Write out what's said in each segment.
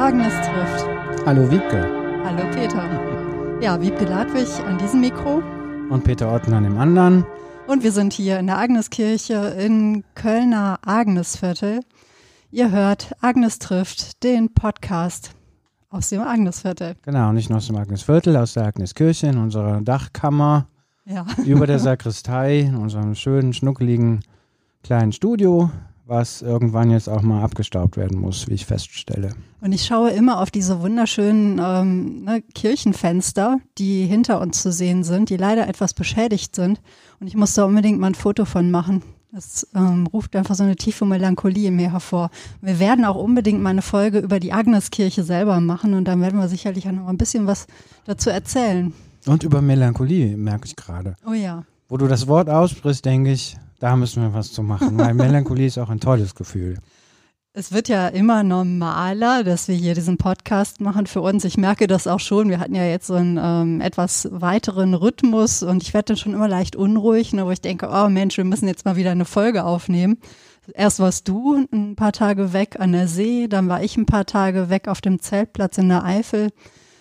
Agnes trifft. Hallo Wiebke. Hallo Peter. Ja, Wiebke Ladwig an diesem Mikro. Und Peter Otten an dem anderen. Und wir sind hier in der Agneskirche in Kölner Agnesviertel. Ihr hört Agnes trifft, den Podcast aus dem Agnesviertel. Genau, nicht nur aus dem Agnesviertel, aus der Agneskirche in unserer Dachkammer, über der Sakristei, in unserem schönen, schnuckeligen kleinen Studio, was irgendwann jetzt auch mal abgestaubt werden muss, wie ich feststelle. Und ich schaue immer auf diese wunderschönen Kirchenfenster, die hinter uns zu sehen sind, die leider etwas beschädigt sind. Und ich muss da unbedingt mal ein Foto von machen. Das ruft einfach so eine tiefe Melancholie in mir hervor. Wir werden auch unbedingt mal eine Folge über die Agneskirche selber machen und dann werden wir sicherlich auch noch ein bisschen was dazu erzählen. Und über Melancholie, merke ich gerade. Oh ja. Wo du das Wort aussprichst, denke ich, da müssen wir was zu machen, weil Melancholie ist auch ein tolles Gefühl. Es wird ja immer normaler, dass wir hier diesen Podcast machen für uns. Ich merke das auch schon. Wir hatten ja jetzt so einen etwas weiteren Rhythmus und ich werde dann schon immer leicht unruhig, wo ich denke, oh Mensch, wir müssen jetzt mal wieder eine Folge aufnehmen. Erst warst du ein paar Tage weg an der See, dann war ich ein paar Tage weg auf dem Zeltplatz in der Eifel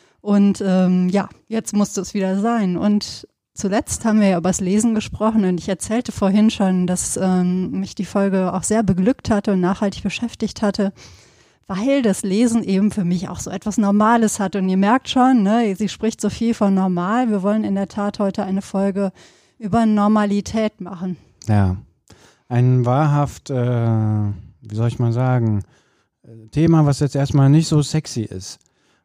und jetzt musste es wieder sein. Und zuletzt haben wir ja über das Lesen gesprochen und ich erzählte vorhin schon, dass mich die Folge auch sehr beglückt hatte und nachhaltig beschäftigt hatte, weil das Lesen eben für mich auch so etwas Normales hat. Und ihr merkt schon, sie spricht so viel von normal. Wir wollen in der Tat heute eine Folge über Normalität machen. Ja, ein wahrhaft, wie soll ich mal sagen, Thema, was jetzt erstmal nicht so sexy ist.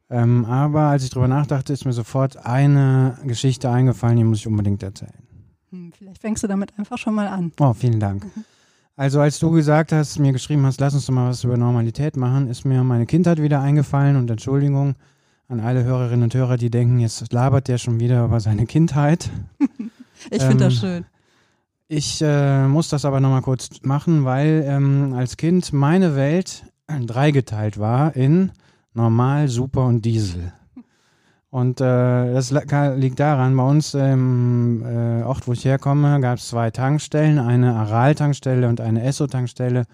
Aber als ich drüber nachdachte, ist mir sofort eine Geschichte eingefallen, die muss ich unbedingt erzählen. Vielleicht fängst du damit einfach schon mal an. Oh, vielen Dank. Also als du mir geschrieben hast, lass uns doch mal was über Normalität machen, ist mir meine Kindheit wieder eingefallen und Entschuldigung an alle Hörerinnen und Hörer, die denken, jetzt labert der schon wieder über seine Kindheit. Ich finde das schön. Ich muss das aber nochmal kurz machen, weil als Kind meine Welt dreigeteilt war in Normal, Super und Diesel. Und das liegt daran, bei uns im Ort, wo ich herkomme, gab es 2 Tankstellen, eine Aral-Tankstelle und eine Esso-Tankstelle.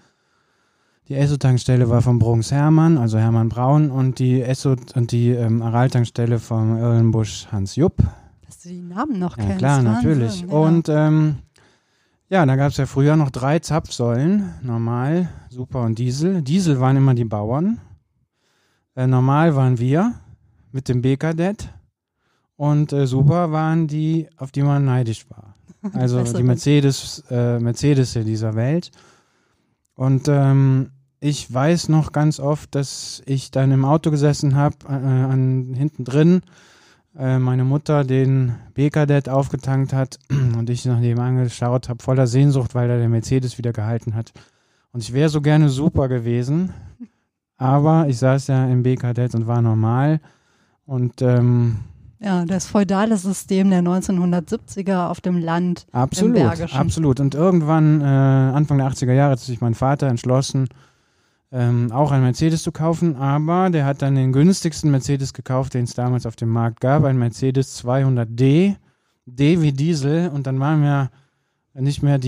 Die Esso-Tankstelle war von Brunks Hermann, also Hermann Braun, und die Aral-Tankstelle von Erlenbusch Hans Jupp. Dass du die Namen noch kennst. Ja klar, natürlich. Ja. Und da gab es ja früher noch 3 Zapfsäulen, Normal, Super und Diesel. Diesel waren immer die Bauern. Normal waren wir mit dem B-Kadett und Super waren die, auf die man neidisch war. Also die Mercedes dieser Welt. Und ich weiß noch ganz oft, dass ich dann im Auto gesessen habe, hinten drin, meine Mutter den B-Kadett aufgetankt hat und ich nach dem angeschaut habe, voller Sehnsucht, weil da der Mercedes wieder gehalten hat. Und ich wäre so gerne Super gewesen. Aber ich saß ja im B-Kadett und war normal und das feudale System der 1970er auf dem Land im Bergischen. Absolut. Und irgendwann, Anfang der 80er Jahre, hat sich mein Vater entschlossen, auch einen Mercedes zu kaufen, aber der hat dann den günstigsten Mercedes gekauft, den es damals auf dem Markt gab, ein Mercedes 200D, D wie Diesel, und dann waren wir nicht mehr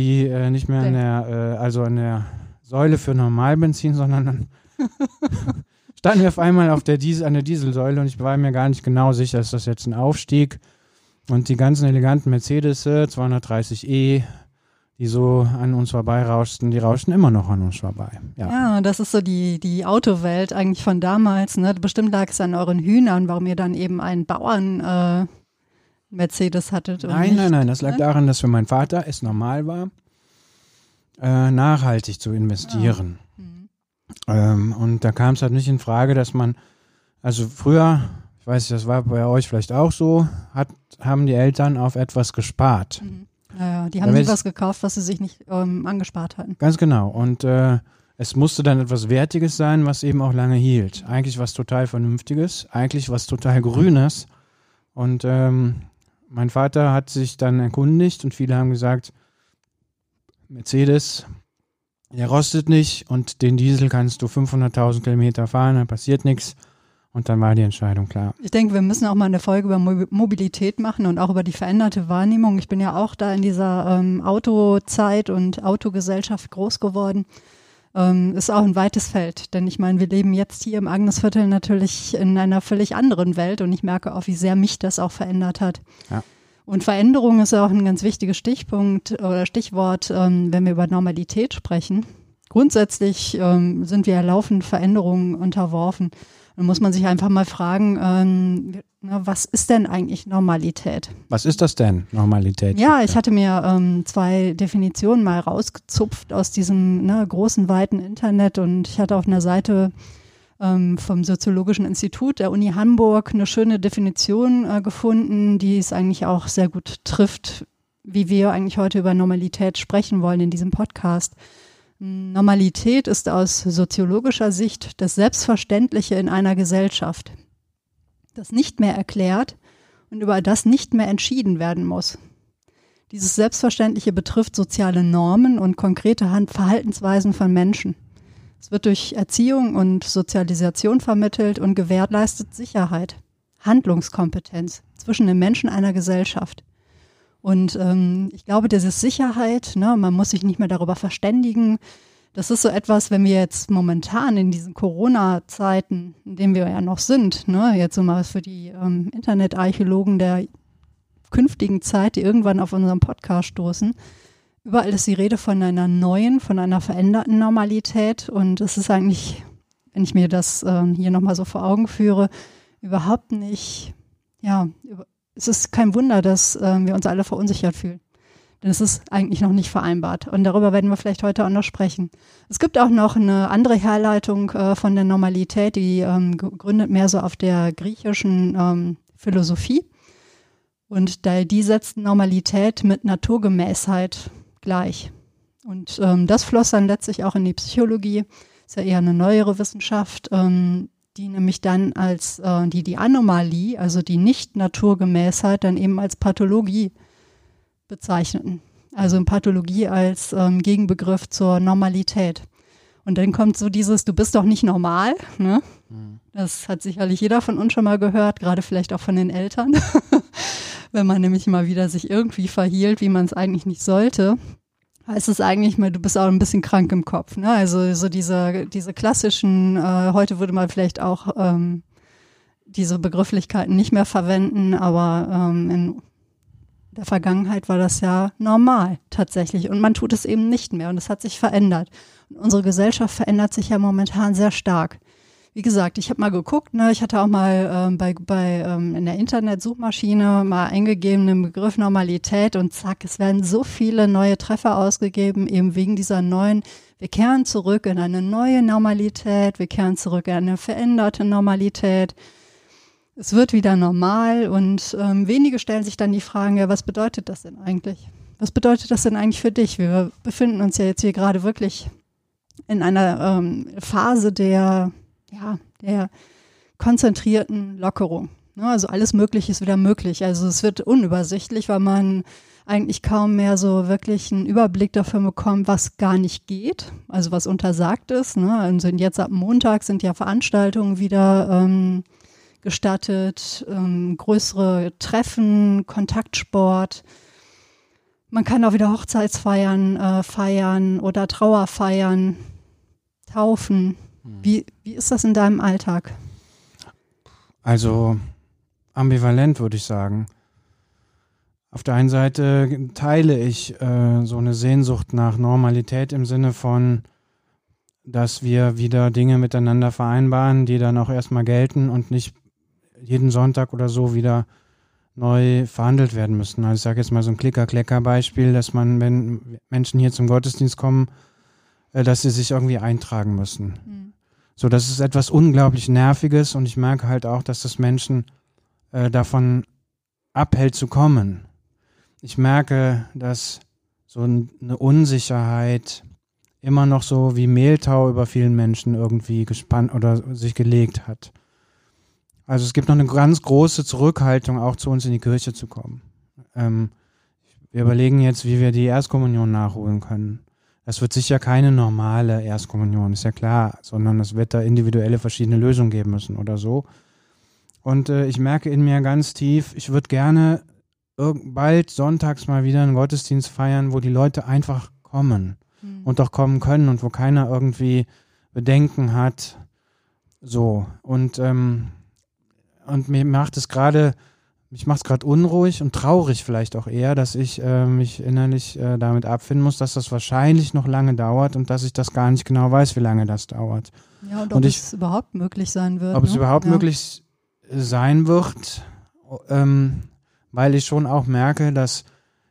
an der Säule für Normalbenzin, sondern dann standen wir auf einmal an der Dieselsäule und ich war mir gar nicht genau sicher, ist das jetzt ein Aufstieg? Und die ganzen eleganten Mercedes 230e, die so an uns vorbeirauschten, die rauschten immer noch an uns vorbei. Ja, das ist so die Autowelt eigentlich von damals. Ne? Bestimmt lag es an euren Hühnern, warum ihr dann eben einen Bauern Mercedes hattet. Nein, das lag daran, dass für meinen Vater es normal war, nachhaltig zu investieren. Ja. Und da kam es halt nicht in Frage, dass man, also früher, ich weiß nicht, das war bei euch vielleicht auch so, haben die Eltern auf etwas gespart. Ja, die haben sich was gekauft, was sie sich nicht angespart hatten. Ganz genau. Und es musste dann etwas Wertiges sein, was eben auch lange hielt. Eigentlich was total Vernünftiges, eigentlich was total Grünes. Und mein Vater hat sich dann erkundigt und viele haben gesagt, Mercedes, der rostet nicht und den Diesel kannst du 500.000 Kilometer fahren, da passiert nichts. Und dann war die Entscheidung klar. Ich denke, wir müssen auch mal eine Folge über Mobilität machen und auch über die veränderte Wahrnehmung. Ich bin ja auch da in dieser Autozeit und Autogesellschaft groß geworden. ist auch ein weites Feld. Denn ich meine, wir leben jetzt hier im Agnesviertel natürlich in einer völlig anderen Welt und ich merke auch, wie sehr mich das auch verändert hat. Ja. Und Veränderung ist auch ein ganz wichtiges Stichpunkt oder Stichwort, wenn wir über Normalität sprechen. Grundsätzlich sind wir ja laufend Veränderungen unterworfen. Dann muss man sich einfach mal fragen, was ist denn eigentlich Normalität? Was ist das denn, Normalität? Ja, ich hatte mir 2 Definitionen mal rausgezupft aus diesem großen, weiten Internet und ich hatte auf einer Seite vom Soziologischen Institut der Uni Hamburg eine schöne Definition gefunden, die es eigentlich auch sehr gut trifft, wie wir eigentlich heute über Normalität sprechen wollen in diesem Podcast. Normalität ist aus soziologischer Sicht das Selbstverständliche in einer Gesellschaft, das nicht mehr erklärt und über das nicht mehr entschieden werden muss. Dieses Selbstverständliche betrifft soziale Normen und konkrete Verhaltensweisen von Menschen. Es wird durch Erziehung und Sozialisation vermittelt und gewährleistet Sicherheit, Handlungskompetenz zwischen den Menschen einer Gesellschaft. Und ich glaube, diese Sicherheit, man muss sich nicht mehr darüber verständigen, das ist so etwas, wenn wir jetzt momentan in diesen Corona-Zeiten, in denen wir ja noch sind, jetzt so mal für die Internetarchäologen der künftigen Zeit, die irgendwann auf unseren Podcast stoßen, überall ist die Rede von einer neuen, von einer veränderten Normalität und es ist eigentlich, wenn ich mir das hier nochmal so vor Augen führe, überhaupt nicht, es ist kein Wunder, dass wir uns alle verunsichert fühlen. Denn es ist eigentlich noch nicht vereinbart. Und darüber werden wir vielleicht heute auch noch sprechen. Es gibt auch noch eine andere Herleitung von der Normalität, die gründet mehr so auf der griechischen Philosophie. Und die setzt Normalität mit Naturgemäßheit gleich. Und das floss dann letztlich auch in die Psychologie. Ist ja eher eine neuere Wissenschaft, die nämlich dann als die Anomalie, also die Nicht-Naturgemäßheit, dann eben als Pathologie bezeichneten. Also Pathologie als Gegenbegriff zur Normalität. Und dann kommt so dieses, du bist doch nicht normal, ne? Das hat sicherlich jeder von uns schon mal gehört, gerade vielleicht auch von den Eltern, wenn man nämlich mal wieder sich irgendwie verhielt, wie man es eigentlich nicht sollte. Heißt es eigentlich mal, du bist auch ein bisschen krank im Kopf, ne? Also so diese klassischen, heute würde man vielleicht auch diese Begrifflichkeiten nicht mehr verwenden, aber in der Vergangenheit war das ja normal tatsächlich und man tut es eben nicht mehr und es hat sich verändert. Und unsere Gesellschaft verändert sich ja momentan sehr stark. Wie gesagt, ich habe mal geguckt, ich hatte auch mal in der Internetsuchmaschine mal eingegeben den Begriff Normalität und zack, es werden so viele neue Treffer ausgegeben, eben wegen dieser neuen, wir kehren zurück in eine neue Normalität, wir kehren zurück in eine veränderte Normalität. Es wird wieder normal und wenige stellen sich dann die Fragen, ja, was bedeutet das denn eigentlich? Was bedeutet das denn eigentlich für dich? Wir befinden uns ja jetzt hier gerade wirklich in einer Phase der konzentrierten Lockerung. Also alles Mögliche ist wieder möglich. Also es wird unübersichtlich, weil man eigentlich kaum mehr so wirklich einen Überblick dafür bekommt, was gar nicht geht, also was untersagt ist. Also jetzt ab Montag sind ja Veranstaltungen wieder gestattet, größere Treffen, Kontaktsport. Man kann auch wieder Hochzeitsfeiern feiern oder Trauerfeiern, Taufen. Wie ist das in deinem Alltag? Also ambivalent, würde ich sagen. Auf der einen Seite teile ich so eine Sehnsucht nach Normalität im Sinne von, dass wir wieder Dinge miteinander vereinbaren, die dann auch erstmal gelten und nicht jeden Sonntag oder so wieder neu verhandelt werden müssen. Also ich sage jetzt mal so ein Klicker-Klecker-Beispiel, dass man, wenn Menschen hier zum Gottesdienst kommen, dass sie sich irgendwie eintragen müssen. So, das ist etwas unglaublich Nerviges und ich merke halt auch, dass das Menschen davon abhält zu kommen. Ich merke, dass so eine Unsicherheit immer noch so wie Mehltau über vielen Menschen irgendwie gespannt oder sich gelegt hat. Also es gibt noch eine ganz große Zurückhaltung, auch zu uns in die Kirche zu kommen. Wir überlegen jetzt, wie wir die Erstkommunion nachholen können. Das wird sicher keine normale Erstkommunion, ist ja klar, sondern es wird da individuelle verschiedene Lösungen geben müssen oder so. Und ich merke in mir ganz tief, ich würde gerne bald sonntags mal wieder einen Gottesdienst feiern, wo die Leute einfach kommen. und auch kommen können und wo keiner irgendwie Bedenken hat. So. Und mich macht es gerade unruhig und traurig vielleicht auch eher, dass ich mich innerlich damit abfinden muss, dass das wahrscheinlich noch lange dauert und dass ich das gar nicht genau weiß, wie lange das dauert. Ja, und ob es überhaupt möglich sein wird. Ob es überhaupt möglich sein wird, weil ich schon auch merke, dass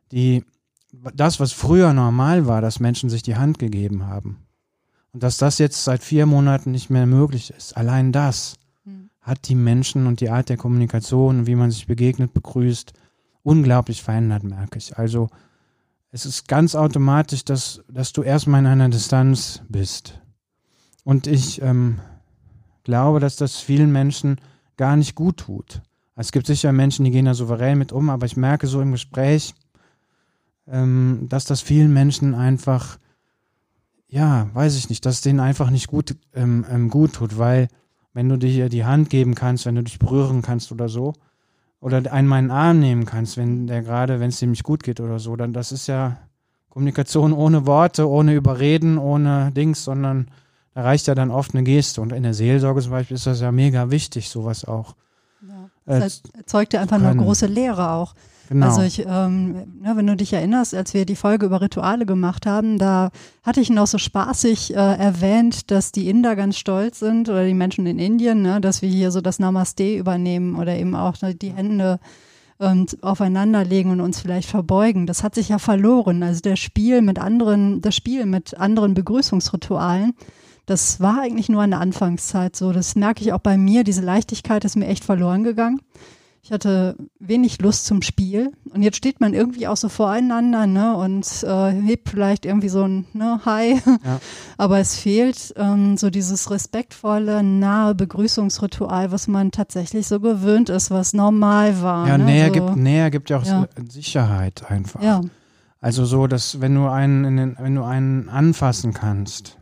das, was früher normal war, dass Menschen sich die Hand gegeben haben und dass das jetzt seit 4 Monaten nicht mehr möglich ist. Allein das hat die Menschen und die Art der Kommunikation, wie man sich begegnet, begrüßt, unglaublich verändert, merke ich. Also es ist ganz automatisch, dass du erstmal in einer Distanz bist. Und ich glaube, dass das vielen Menschen gar nicht gut tut. Es gibt sicher Menschen, die gehen da souverän mit um, aber ich merke so im Gespräch, dass das vielen Menschen einfach, weiß ich nicht, dass es denen einfach nicht gut tut, weil wenn du dir die Hand geben kannst, wenn du dich berühren kannst oder so, oder einmal in den Arm nehmen kannst, wenn es dem nicht gut geht oder so, dann das ist ja Kommunikation ohne Worte, ohne Überreden, ohne Dings, sondern da reicht ja dann oft eine Geste. Und in der Seelsorge zum Beispiel ist das ja mega wichtig, sowas auch. Ja. Das erzeugt ja einfach eine große Lehre auch. Genau. Also wenn du dich erinnerst, als wir die Folge über Rituale gemacht haben, da hatte ich noch so spaßig erwähnt, dass die Inder ganz stolz sind oder die Menschen in Indien, ne, dass wir hier so das Namaste übernehmen oder eben auch die Hände aufeinander legen und uns vielleicht verbeugen. Das hat sich ja verloren. Also das Spiel mit anderen Begrüßungsritualen, das war eigentlich nur in der Anfangszeit so. Das merke ich auch bei mir. Diese Leichtigkeit ist mir echt verloren gegangen. Ich hatte wenig Lust zum Spiel und jetzt steht man irgendwie auch so voreinander, ne, und hebt vielleicht irgendwie so ein Hi, ja. Aber es fehlt so dieses respektvolle, nahe Begrüßungsritual, was man tatsächlich so gewöhnt ist, was normal war. Ja, ne? Nähe gibt ja auch Sicherheit einfach. Ja. Also so, dass wenn du einen anfassen kannst,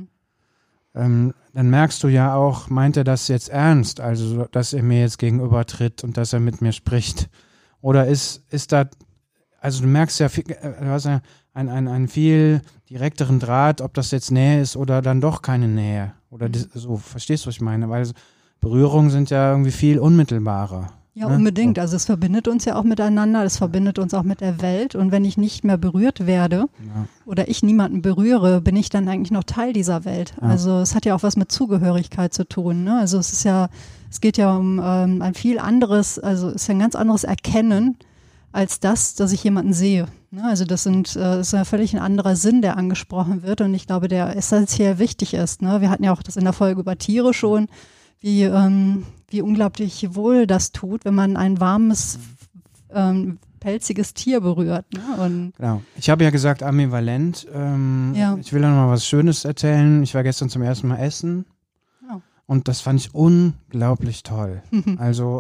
dann merkst du ja auch, meint er das jetzt ernst, also dass er mir jetzt gegenüber tritt und dass er mit mir spricht? Oder ist da, also du merkst ja, du hast ja einen viel direkteren Draht, ob das jetzt Nähe ist oder dann doch keine Nähe. Oder so, verstehst du, was ich meine? Weil Berührungen sind ja irgendwie viel unmittelbarer. Ja, unbedingt. Also es verbindet uns ja auch miteinander, es verbindet uns auch mit der Welt. Und wenn ich nicht mehr berührt werde oder ich niemanden berühre, bin ich dann eigentlich noch Teil dieser Welt. Ja. Also es hat ja auch was mit Zugehörigkeit zu tun. Ne? Also es geht ja um ein viel anderes, also es ist ja ein ganz anderes Erkennen als dass ich jemanden sehe. Ne? Also das ist ja völlig ein anderer Sinn, der angesprochen wird. Und ich glaube, der essentiell wichtig ist. Ne? Wir hatten ja auch das in der Folge über Tiere schon, wie unglaublich wohl das tut, wenn man ein warmes, pelziges Tier berührt. Ne? Und genau. Ich habe ja gesagt ambivalent. Ich will noch mal was Schönes erzählen. Ich war gestern zum ersten Mal essen und das fand ich unglaublich toll. Also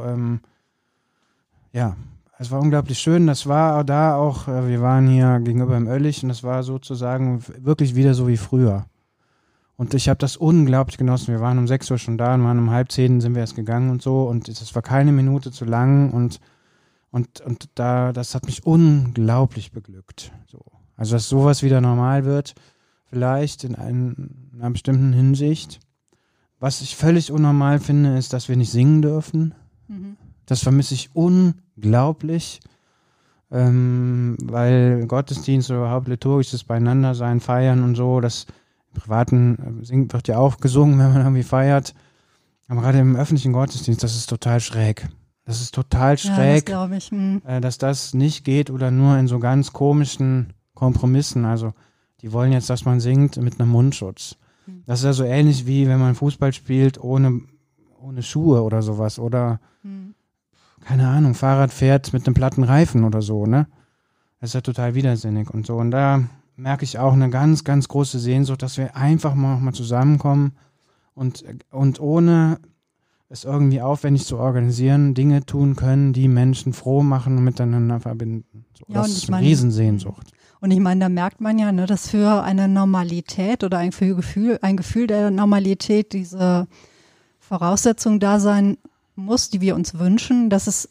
es war unglaublich schön. Das war da auch, wir waren hier gegenüber im Oellich und das war sozusagen wirklich wieder so wie früher. Und ich habe das unglaublich genossen. Wir waren um 6 Uhr schon da und waren um 9:30 sind wir erst gegangen und so. Und es war keine Minute zu lang und das hat mich unglaublich beglückt. So. Also, dass sowas wieder normal wird, vielleicht in einer bestimmten Hinsicht. Was ich völlig unnormal finde, ist, dass wir nicht singen dürfen. Das vermisse ich unglaublich, weil Gottesdienst oder überhaupt liturgisches Beieinandersein, Feiern und so, das Privaten wird ja auch gesungen, wenn man irgendwie feiert. Aber gerade im öffentlichen Gottesdienst, das ist total schräg. Das ist total schräg, das glaube ich. Dass das nicht geht oder nur in so ganz komischen Kompromissen. Also die wollen jetzt, dass man singt mit einem Mundschutz. Das ist ja so ähnlich wie wenn man Fußball spielt ohne Schuhe oder sowas. Oder, keine Ahnung, Fahrrad fährt mit einem platten Reifen oder so, ne? Das ist ja total widersinnig und so. Und da merke ich auch eine ganz, ganz große Sehnsucht, dass wir einfach mal zusammenkommen und ohne es irgendwie aufwendig zu organisieren, Dinge tun können, die Menschen froh machen und miteinander verbinden. So, das ist eine Riesensehnsucht. Und ich meine, da merkt man ja, ne, dass für eine Normalität oder ein Gefühl der Normalität diese Voraussetzung da sein muss, die wir uns wünschen, dass es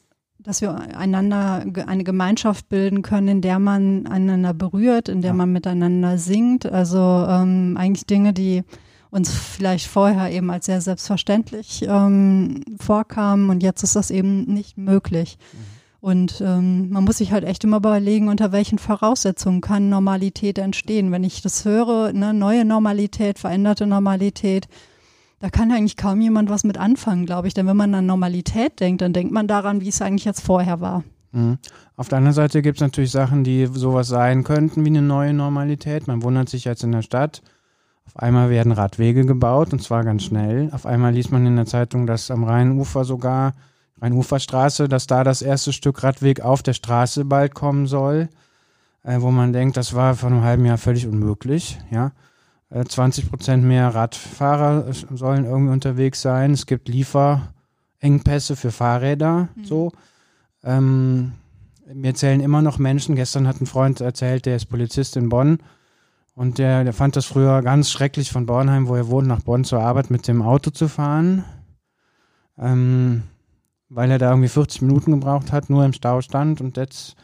dass wir eine Gemeinschaft bilden können, in der man einander berührt, in der man miteinander singt. Also eigentlich Dinge, die uns vielleicht vorher eben als sehr selbstverständlich vorkamen und jetzt ist das eben nicht möglich. Und man muss sich halt echt immer überlegen, unter welchen Voraussetzungen kann Normalität entstehen. Wenn ich das höre, ne, neue Normalität, veränderte Normalität, da kann eigentlich kaum jemand was mit anfangen, glaube ich. Denn wenn man an Normalität denkt, dann denkt man daran, wie es eigentlich jetzt vorher war. Mhm. Auf der anderen Seite gibt es natürlich Sachen, die sowas sein könnten wie eine neue Normalität. Man wundert sich jetzt in der Stadt, auf einmal werden Radwege gebaut und zwar ganz schnell. Auf einmal liest man in der Zeitung, dass am Rheinufer sogar, Rheinuferstraße, dass da das erste Stück Radweg auf der Straße bald kommen soll, wo man denkt, das war vor einem halben Jahr völlig unmöglich, ja. 20% mehr Radfahrer sollen irgendwie unterwegs sein. Es gibt Lieferengpässe für Fahrräder. So. Mir erzählen immer noch Menschen, gestern hat ein Freund erzählt, der ist Polizist in Bonn und der fand das früher ganz schrecklich von Bornheim, wo er wohnt, nach Bonn zur Arbeit mit dem Auto zu fahren, weil er da irgendwie 40 Minuten gebraucht hat, nur im Stau stand und jetzt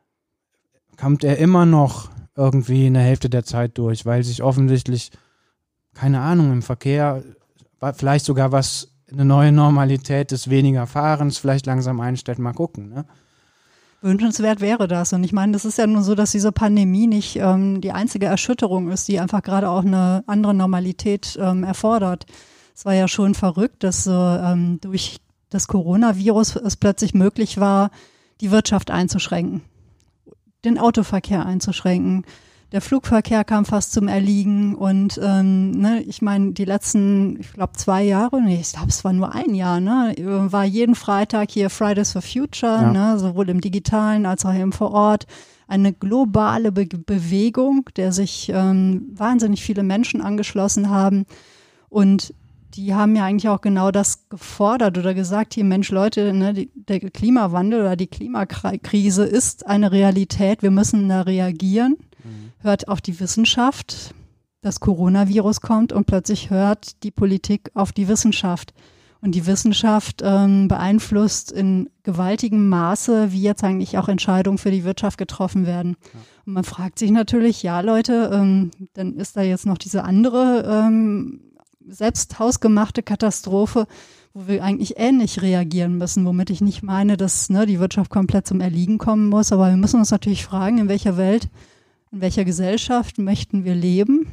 kommt er immer noch irgendwie in der Hälfte der Zeit durch, weil sich offensichtlich, keine Ahnung, im Verkehr vielleicht sogar was, eine neue Normalität des weniger Fahrens vielleicht langsam einstellt. Mal gucken, ne? Wünschenswert wäre das. Und ich meine, das ist ja nur so, dass diese Pandemie nicht die einzige Erschütterung ist, die einfach gerade auch eine andere Normalität erfordert. Es war ja schon verrückt, dass durch das Coronavirus es plötzlich möglich war, die Wirtschaft einzuschränken, den Autoverkehr einzuschränken. Der Flugverkehr kam fast zum Erliegen und ich meine, die letzten, ich glaube 2 Jahre, ich glaube es war nur 1 Jahr, ne, war jeden Freitag hier Fridays for Future, ne, sowohl im Digitalen als auch eben vor Ort, eine globale Bewegung, der sich wahnsinnig viele Menschen angeschlossen haben und die haben ja eigentlich auch genau das gefordert oder gesagt, hier Mensch, Leute, ne, der Klimawandel oder die Klimakrise ist eine Realität, wir müssen da reagieren. Hört auf die Wissenschaft, das Coronavirus kommt und plötzlich hört die Politik auf die Wissenschaft. Und die Wissenschaft beeinflusst in gewaltigem Maße, wie jetzt eigentlich auch Entscheidungen für die Wirtschaft getroffen werden. Ja. Und man fragt sich natürlich, ja Leute, dann ist da jetzt noch diese andere selbst hausgemachte Katastrophe, wo wir eigentlich ähnlich reagieren müssen, womit ich nicht meine, dass die Wirtschaft komplett zum Erliegen kommen muss, aber wir müssen uns natürlich fragen, in welcher Welt, in welcher Gesellschaft möchten wir leben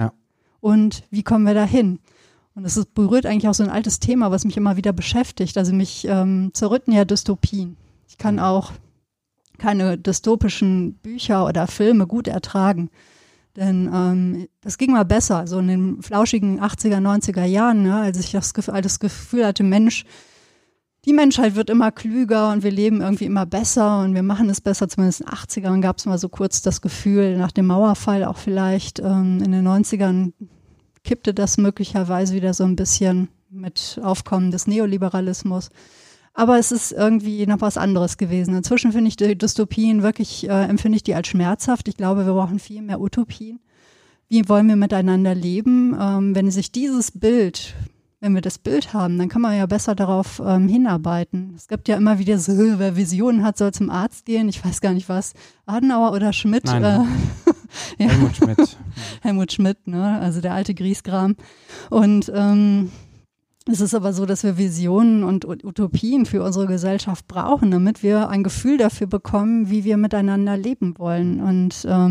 und wie kommen wir dahin? Und es berührt eigentlich auch so ein altes Thema, was mich immer wieder beschäftigt. Also mich zerrütten ja Dystopien. Ich kann auch keine dystopischen Bücher oder Filme gut ertragen. Denn das ging mal besser, so in den flauschigen 80er, 90er Jahren, ne, als ich das Gefühl hatte, Mensch, die Menschheit wird immer klüger und wir leben irgendwie immer besser und wir machen es besser. Zumindest in den 80ern gab es mal so kurz das Gefühl, nach dem Mauerfall auch vielleicht. In den 90ern kippte das möglicherweise wieder so ein bisschen mit Aufkommen des Neoliberalismus. Aber es ist irgendwie noch was anderes gewesen. Inzwischen finde ich die Dystopien wirklich, empfinde ich die als schmerzhaft. Ich glaube, wir brauchen viel mehr Utopien. Wie wollen wir miteinander leben? Wenn sich dieses Bild, wenn wir das Bild haben, dann kann man ja besser darauf hinarbeiten. Es gibt ja immer wieder so, wer Visionen hat, soll zum Arzt gehen. Ich weiß gar nicht was. Adenauer oder Schmidt? Nein, ja. Helmut Schmidt. Helmut Schmidt, ne? Also der alte Griesgram. Und es ist aber so, dass wir Visionen und Utopien für unsere Gesellschaft brauchen, damit wir ein Gefühl dafür bekommen, wie wir miteinander leben wollen. Und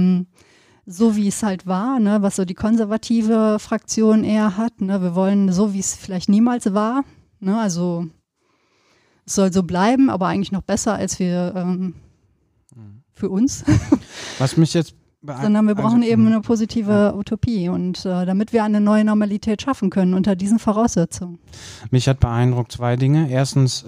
so wie es halt war, ne, was so die konservative Fraktion eher hat, ne, wir wollen so, wie es vielleicht niemals war, ne, also es soll so bleiben, aber eigentlich noch besser als wir für uns. Was mich jetzt sondern wir brauchen eben eine positive Utopie und damit wir eine neue Normalität schaffen können unter diesen Voraussetzungen. Mich hat beeindruckt 2 Dinge. Erstens,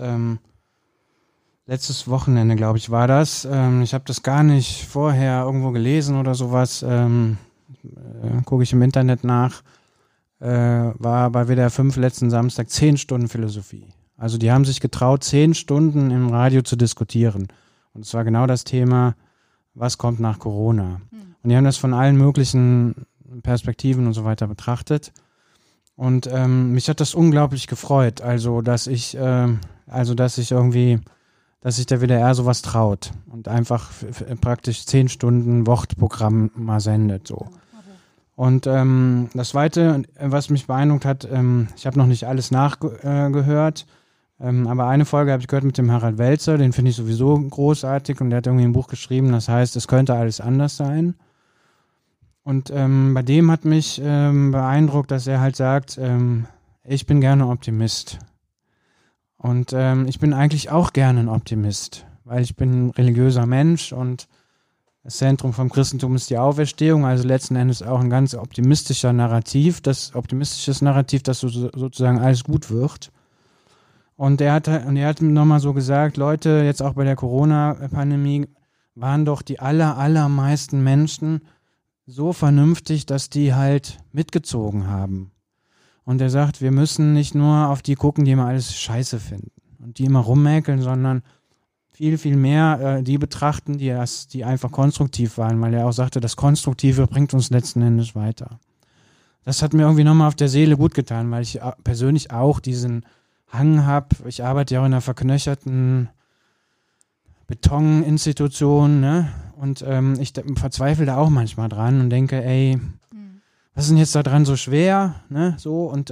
letztes Wochenende, glaube ich, war das. Ich habe das gar nicht vorher irgendwo gelesen oder sowas. Gucke ich im Internet nach. War bei WDR 5 letzten Samstag 10 Stunden Philosophie. Also die haben sich getraut, 10 Stunden im Radio zu diskutieren. Und es war genau das Thema, was kommt nach Corona. Und die haben das von allen möglichen Perspektiven und so weiter betrachtet. Und mich hat das unglaublich gefreut. Also, dass ich irgendwie dass sich der WDR sowas traut und einfach praktisch 10 Stunden Wortprogramm mal sendet, so. Und das Zweite, was mich beeindruckt hat, ich habe noch nicht alles nachgehört, aber eine Folge habe ich gehört mit dem Harald Welzer, den finde ich sowieso großartig und der hat irgendwie ein Buch geschrieben, das heißt, es könnte alles anders sein. Und bei dem hat mich beeindruckt, dass er halt sagt, ich bin gerne Optimist. Und ich bin eigentlich auch gerne ein Optimist, weil ich bin ein religiöser Mensch und das Zentrum vom Christentum ist die Auferstehung, also letzten Endes auch ein ganz optimistisches Narrativ, dass sozusagen alles gut wird. Und er hat nochmal so gesagt, Leute, jetzt auch bei der Corona-Pandemie waren doch die allermeisten Menschen so vernünftig, dass die halt mitgezogen haben. Und er sagt, wir müssen nicht nur auf die gucken, die immer alles scheiße finden und die immer rummäkeln, sondern viel mehr die betrachten, die einfach konstruktiv waren, weil er auch sagte, das Konstruktive bringt uns letzten Endes weiter. Das hat mir irgendwie nochmal auf der Seele gut getan, weil ich persönlich auch diesen Hang habe. Ich arbeite ja auch in einer verknöcherten Betoninstitution, ne? Und ich verzweifle da auch manchmal dran und denke, ey, was ist denn jetzt da dran so schwer, ne? So und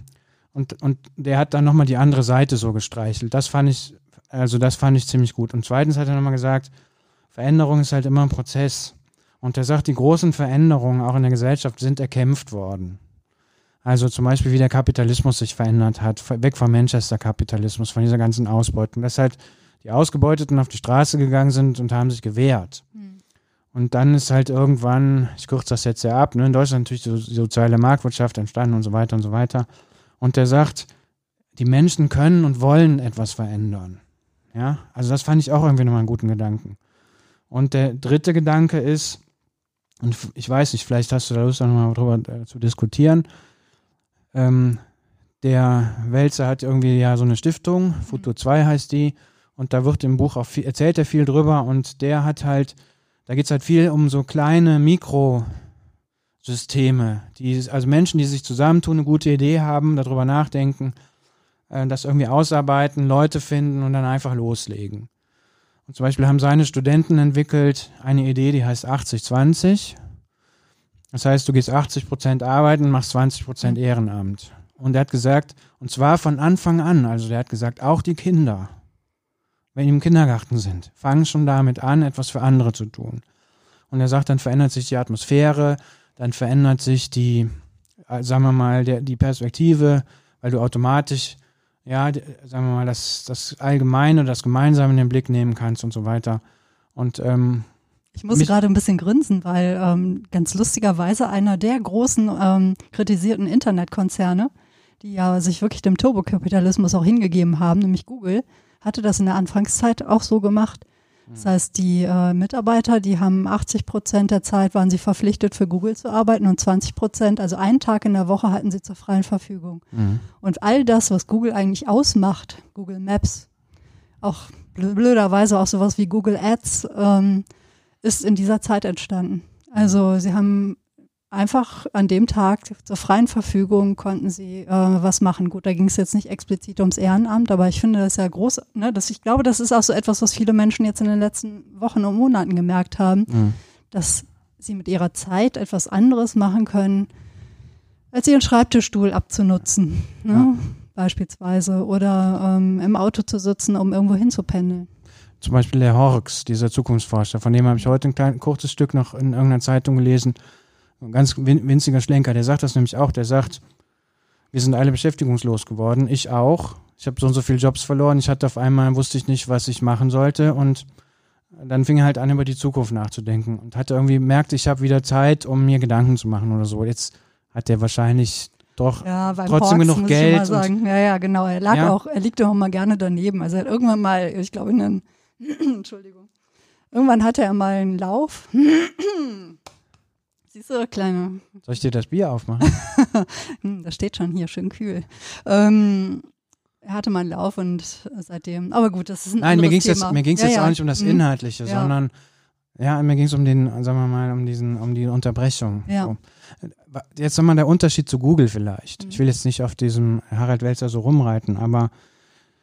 der hat dann nochmal die andere Seite so gestreichelt. Das fand ich ziemlich gut. Und zweitens hat er nochmal gesagt, Veränderung ist halt immer ein Prozess. Und er sagt, die großen Veränderungen auch in der Gesellschaft sind erkämpft worden. Also zum Beispiel, wie der Kapitalismus sich verändert hat, weg vom Manchester-Kapitalismus, von dieser ganzen Ausbeutung, dass halt die Ausgebeuteten auf die Straße gegangen sind und haben sich gewehrt. Und dann ist halt irgendwann, ich kürze das jetzt sehr ab, ne, in Deutschland natürlich die soziale Marktwirtschaft entstanden und so weiter und so weiter. Und der sagt, die Menschen können und wollen etwas verändern. Ja, also das fand ich auch irgendwie nochmal einen guten Gedanken. Und der dritte Gedanke ist, und ich weiß nicht, vielleicht hast du da Lust, nochmal drüber zu diskutieren, der Welzer hat irgendwie ja so eine Stiftung, Futur 2 heißt die, und da wird im Buch auch erzählt er viel drüber und der hat halt, da geht es halt viel um so kleine Mikrosysteme, also Menschen, die sich zusammentun, eine gute Idee haben, darüber nachdenken, das irgendwie ausarbeiten, Leute finden und dann einfach loslegen. Und zum Beispiel haben seine Studenten entwickelt eine Idee, die heißt 80-20. Das heißt, du gehst 80% arbeiten und machst 20% Ehrenamt. Und er hat gesagt, und zwar von Anfang an, also der hat gesagt, auch die Kinder, wenn die im Kindergarten sind, fangen schon damit an, etwas für andere zu tun. Und er sagt, dann verändert sich die Atmosphäre, dann verändert sich die, sagen wir mal, die Perspektive, weil du automatisch sagen wir mal, das Allgemeine, das Gemeinsame in den Blick nehmen kannst und so weiter. Und ich muss gerade ein bisschen grinsen, weil ganz lustigerweise einer der großen kritisierten Internetkonzerne, die ja sich wirklich dem Turbokapitalismus auch hingegeben haben, nämlich Google, hatte das in der Anfangszeit auch so gemacht. Das heißt, die Mitarbeiter, die haben 80% der Zeit waren sie verpflichtet, für Google zu arbeiten und 20%, also einen Tag in der Woche hatten sie zur freien Verfügung. Und all das, was Google eigentlich ausmacht, Google Maps, auch blöderweise auch sowas wie Google Ads, ist in dieser Zeit entstanden. Also sie haben einfach an dem Tag zur freien Verfügung konnten sie was machen. Gut, da ging es jetzt nicht explizit ums Ehrenamt, aber ich finde das ja groß, ne, ich glaube, das ist auch so etwas, was viele Menschen jetzt in den letzten Wochen und Monaten gemerkt haben, dass sie mit ihrer Zeit etwas anderes machen können, als ihren Schreibtischstuhl abzunutzen, ne, beispielsweise, oder im Auto zu sitzen, um irgendwo hinzupendeln. Zum Beispiel der Horrocks, dieser Zukunftsforscher, von dem habe ich heute ein kurzes Stück noch in irgendeiner Zeitung gelesen. Ein ganz winziger Schlenker, der sagt das nämlich auch, der sagt, wir sind alle beschäftigungslos geworden, ich auch. Ich habe so und so viele Jobs verloren, wusste ich nicht, was ich machen sollte und dann fing er halt an, über die Zukunft nachzudenken und merkte, ich habe wieder Zeit, um mir Gedanken zu machen oder so. Jetzt hat der wahrscheinlich doch trotzdem Hawks, genug Geld. Ich mal sagen. Ja, genau, er liegt auch mal gerne daneben. Also er hat irgendwann mal, ich glaube Entschuldigung, irgendwann hatte er mal einen Lauf. Siehst du, kleine. Soll ich dir das Bier aufmachen? Das steht schon hier, schön kühl. Er hatte mal einen Lauf und seitdem, aber gut, das ist ein anderes Thema. Mir ging es jetzt auch nicht um das Inhaltliche, sondern mir ging es um um die Unterbrechung. Ja. So. Jetzt nochmal der Unterschied zu Google vielleicht. Ich will jetzt nicht auf diesem Harald Welzer so rumreiten, aber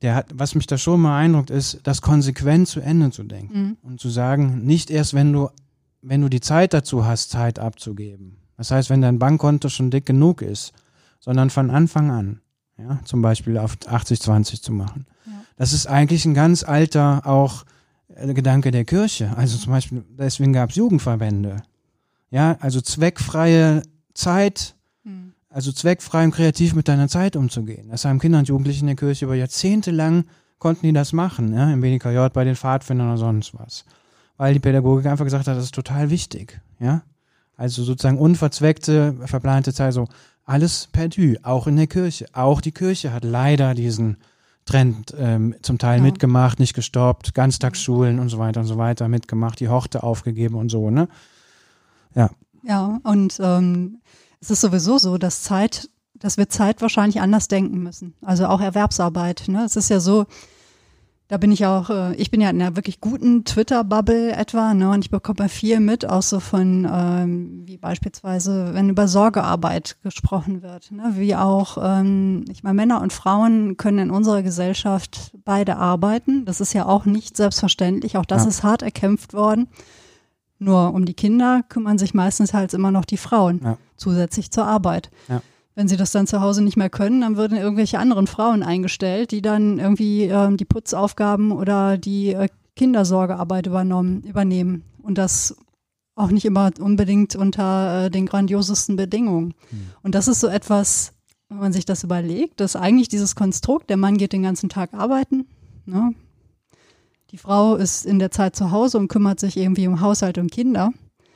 was mich da schon beeindruckt, ist, das konsequent zu Ende zu denken und zu sagen, nicht erst, wenn du die Zeit dazu hast, Zeit abzugeben. Das heißt, wenn dein Bankkonto schon dick genug ist, sondern von Anfang an, ja, zum Beispiel auf 80-20 zu machen. Ja. Das ist eigentlich ein ganz alter auch Gedanke der Kirche. Also zum Beispiel, deswegen gab es Jugendverbände. Ja, also zweckfreie Zeit, also zweckfrei und kreativ mit deiner Zeit umzugehen. Das haben Kinder und Jugendliche in der Kirche über Jahrzehnte lang konnten die das machen, ja, im BDKJ, bei den Pfadfindern oder sonst was. Weil die Pädagogik einfach gesagt hat, das ist total wichtig, ja. Also sozusagen unverzweckte, verplante Zeit, so alles perdu, auch in der Kirche. Auch die Kirche hat leider diesen Trend zum Teil mitgemacht, nicht gestoppt, Ganztagsschulen und so weiter mitgemacht, die Horte aufgegeben und so, ne? Ja. Ja, und es ist sowieso so, dass wir Zeit wahrscheinlich anders denken müssen. Also auch Erwerbsarbeit, ne? Es ist ja so, da bin ich bin ja in einer wirklich guten Twitter-Bubble etwa, ne, und ich bekomme viel mit, auch so von, wie beispielsweise, wenn über Sorgearbeit gesprochen wird, ne, wie auch, ich meine, Männer und Frauen können in unserer Gesellschaft beide arbeiten. Das ist ja auch nicht selbstverständlich, auch das ist hart erkämpft worden. Nur um die Kinder kümmern sich meistens halt immer noch die Frauen, zusätzlich zur Arbeit. Ja. Wenn sie das dann zu Hause nicht mehr können, dann würden irgendwelche anderen Frauen eingestellt, die dann irgendwie die Putzaufgaben oder die Kindersorgearbeit übernehmen. Und das auch nicht immer unbedingt unter den grandiosesten Bedingungen. Und das ist so etwas, wenn man sich das überlegt, dass eigentlich dieses Konstrukt, der Mann geht den ganzen Tag arbeiten, ne? Die Frau ist in der Zeit zu Hause und kümmert sich irgendwie um Haushalt und Kinder.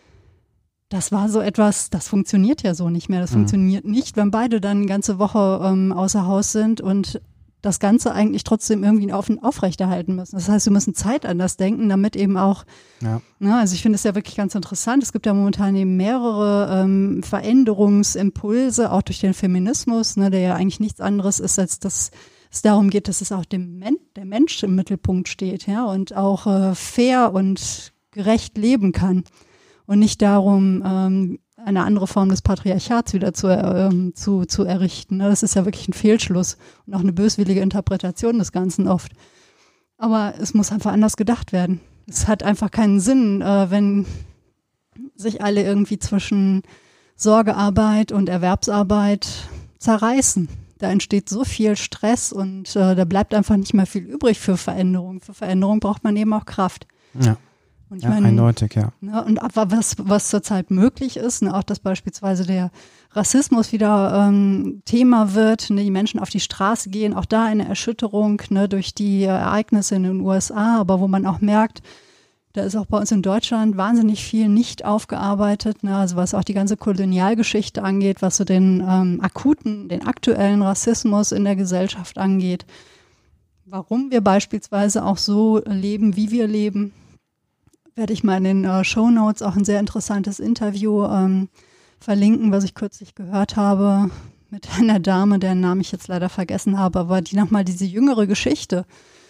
Das war so etwas, das funktioniert ja so nicht mehr. Das funktioniert nicht, wenn beide dann eine ganze Woche außer Haus sind und das Ganze eigentlich trotzdem irgendwie aufrechterhalten müssen. Das heißt, wir müssen Zeit anders denken, damit eben auch, also ich finde es ja wirklich ganz interessant. Es gibt ja momentan eben mehrere Veränderungsimpulse, auch durch den Feminismus, ne, der ja eigentlich nichts anderes ist, als dass es darum geht, dass es auch der Mensch im Mittelpunkt steht, ja, und auch fair und gerecht leben kann. Und nicht darum, eine andere Form des Patriarchats wieder zu errichten. Das ist ja wirklich ein Fehlschluss und auch eine böswillige Interpretation des Ganzen oft. Aber es muss einfach anders gedacht werden. Es hat einfach keinen Sinn, wenn sich alle irgendwie zwischen Sorgearbeit und Erwerbsarbeit zerreißen. Da entsteht so viel Stress und da bleibt einfach nicht mehr viel übrig für Veränderung. Für Veränderung braucht man eben auch Kraft. Ja. Und ich meine, eindeutig, ja. Ne, und was zurzeit möglich ist, ne, auch dass beispielsweise der Rassismus wieder Thema wird, ne, die Menschen auf die Straße gehen, auch da eine Erschütterung, ne, durch die Ereignisse in den USA, aber wo man auch merkt, da ist auch bei uns in Deutschland wahnsinnig viel nicht aufgearbeitet, ne, also was auch die ganze Kolonialgeschichte angeht, was so den aktuellen Rassismus in der Gesellschaft angeht, warum wir beispielsweise auch so leben, wie wir leben. Werde ich mal in den Shownotes auch ein sehr interessantes Interview verlinken, was ich kürzlich gehört habe mit einer Dame, deren Namen ich jetzt leider vergessen habe, aber die nochmal diese jüngere Geschichte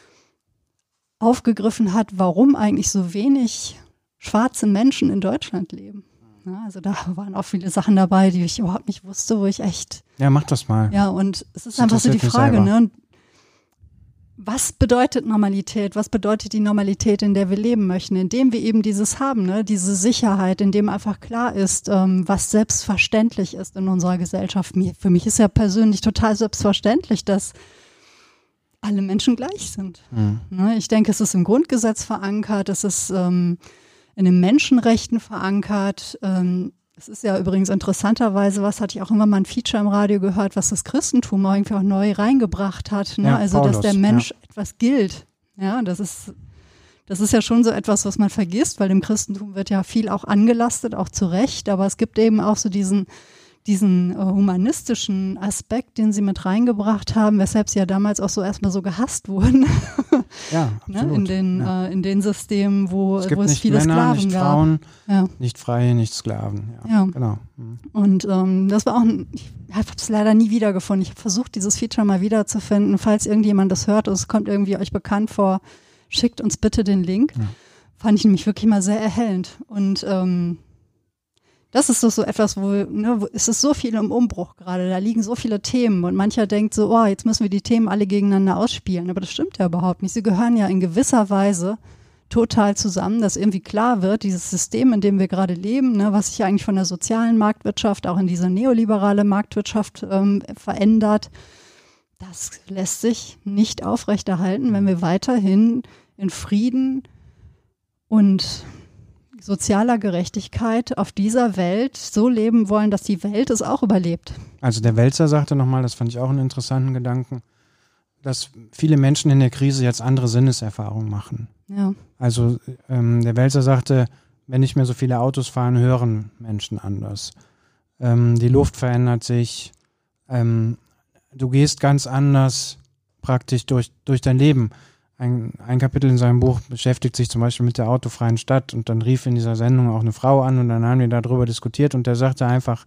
aufgegriffen hat, warum eigentlich so wenig schwarze Menschen in Deutschland leben. Ja, also da waren auch viele Sachen dabei, die ich überhaupt nicht wusste, wo ich echt... Ja, mach das mal. Ja, und es ist einfach so die Frage, ne? Was bedeutet Normalität? Was bedeutet die Normalität, in der wir leben möchten? Indem wir eben dieses haben, ne? Diese Sicherheit, indem einfach klar ist, was selbstverständlich ist in unserer Gesellschaft. Für mich ist ja persönlich total selbstverständlich, dass alle Menschen gleich sind. Ne? Ich denke, es ist im Grundgesetz verankert, es ist in den Menschenrechten verankert. Es ist ja übrigens interessanterweise, hatte ich auch immer mal ein Feature im Radio gehört, was das Christentum irgendwie auch neu reingebracht hat. Ne? Ja, also, Paulus, dass der Mensch etwas gilt. Ja, das ist ja schon so etwas, was man vergisst, weil dem Christentum wird ja viel auch angelastet, auch zu Recht. Aber es gibt eben auch so diesen humanistischen Aspekt, den sie mit reingebracht haben, weshalb sie ja damals auch so erstmal so gehasst wurden. Ja, absolut. Ne? In den Systemen, wo es viele Männer, Sklaven nicht gab. Frauen, ja. Nicht Freie, nicht Sklaven. Ja. Genau. Und das war auch ich habe es leider nie wiedergefunden. Ich habe versucht, dieses Feature mal wiederzufinden. Falls irgendjemand das hört und es kommt irgendwie euch bekannt vor, schickt uns bitte den Link. Ja. Fand ich nämlich wirklich mal sehr erhellend. Und Das ist doch so etwas, wo es ist so viel im Umbruch gerade, da liegen so viele Themen und mancher denkt so, oh, jetzt müssen wir die Themen alle gegeneinander ausspielen, aber das stimmt ja überhaupt nicht. Sie gehören ja in gewisser Weise total zusammen, dass irgendwie klar wird, dieses System, in dem wir gerade leben, ne, was sich eigentlich von der sozialen Marktwirtschaft auch in diese neoliberale Marktwirtschaft verändert, das lässt sich nicht aufrechterhalten, wenn wir weiterhin in Frieden und sozialer Gerechtigkeit auf dieser Welt so leben wollen, dass die Welt es auch überlebt. Also der Wälzer sagte nochmal, das fand ich auch einen interessanten Gedanken, dass viele Menschen in der Krise jetzt andere Sinneserfahrungen machen. Ja. Also der Wälzer sagte, wenn nicht mehr so viele Autos fahren, hören Menschen anders. Die Luft verändert sich. Du gehst ganz anders praktisch durch dein Leben. Ein Kapitel in seinem Buch beschäftigt sich zum Beispiel mit der autofreien Stadt und dann rief in dieser Sendung auch eine Frau an und dann haben wir darüber diskutiert und der sagte einfach,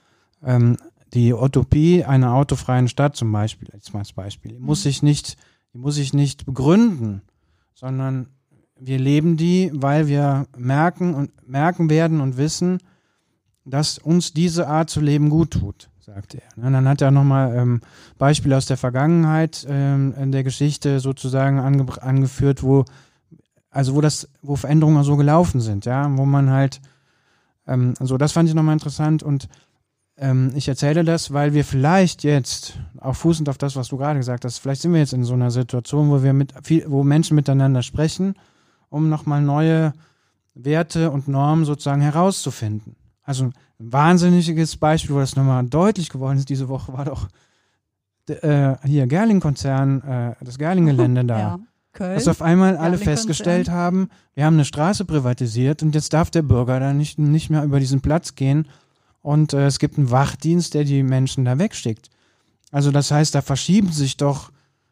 die Utopie einer autofreien Stadt zum Beispiel, jetzt mal als Beispiel, die muss sich nicht begründen, sondern wir leben die, weil wir merken werden und wissen, dass uns diese Art zu leben gut tut, sagte er. Und dann hat er nochmal Beispiele aus der Vergangenheit in der Geschichte sozusagen angeführt, wo Veränderungen so gelaufen sind, ja, wo man halt, das fand ich nochmal interessant und ich erzähle das, weil wir vielleicht jetzt, auch fußend auf das, was du gerade gesagt hast, vielleicht sind wir jetzt in so einer Situation, wo Menschen miteinander sprechen, um nochmal neue Werte und Normen sozusagen herauszufinden. Also ein wahnsinniges Beispiel, wo das nochmal deutlich geworden ist diese Woche, war doch hier Gerling-Konzern, das Gerling-Gelände da. Ja, Köln. Dass auf einmal alle festgestellt haben, wir haben eine Straße privatisiert und jetzt darf der Bürger da nicht mehr über diesen Platz gehen und es gibt einen Wachdienst, der die Menschen da wegschickt. Also das heißt, da verschiebt sich doch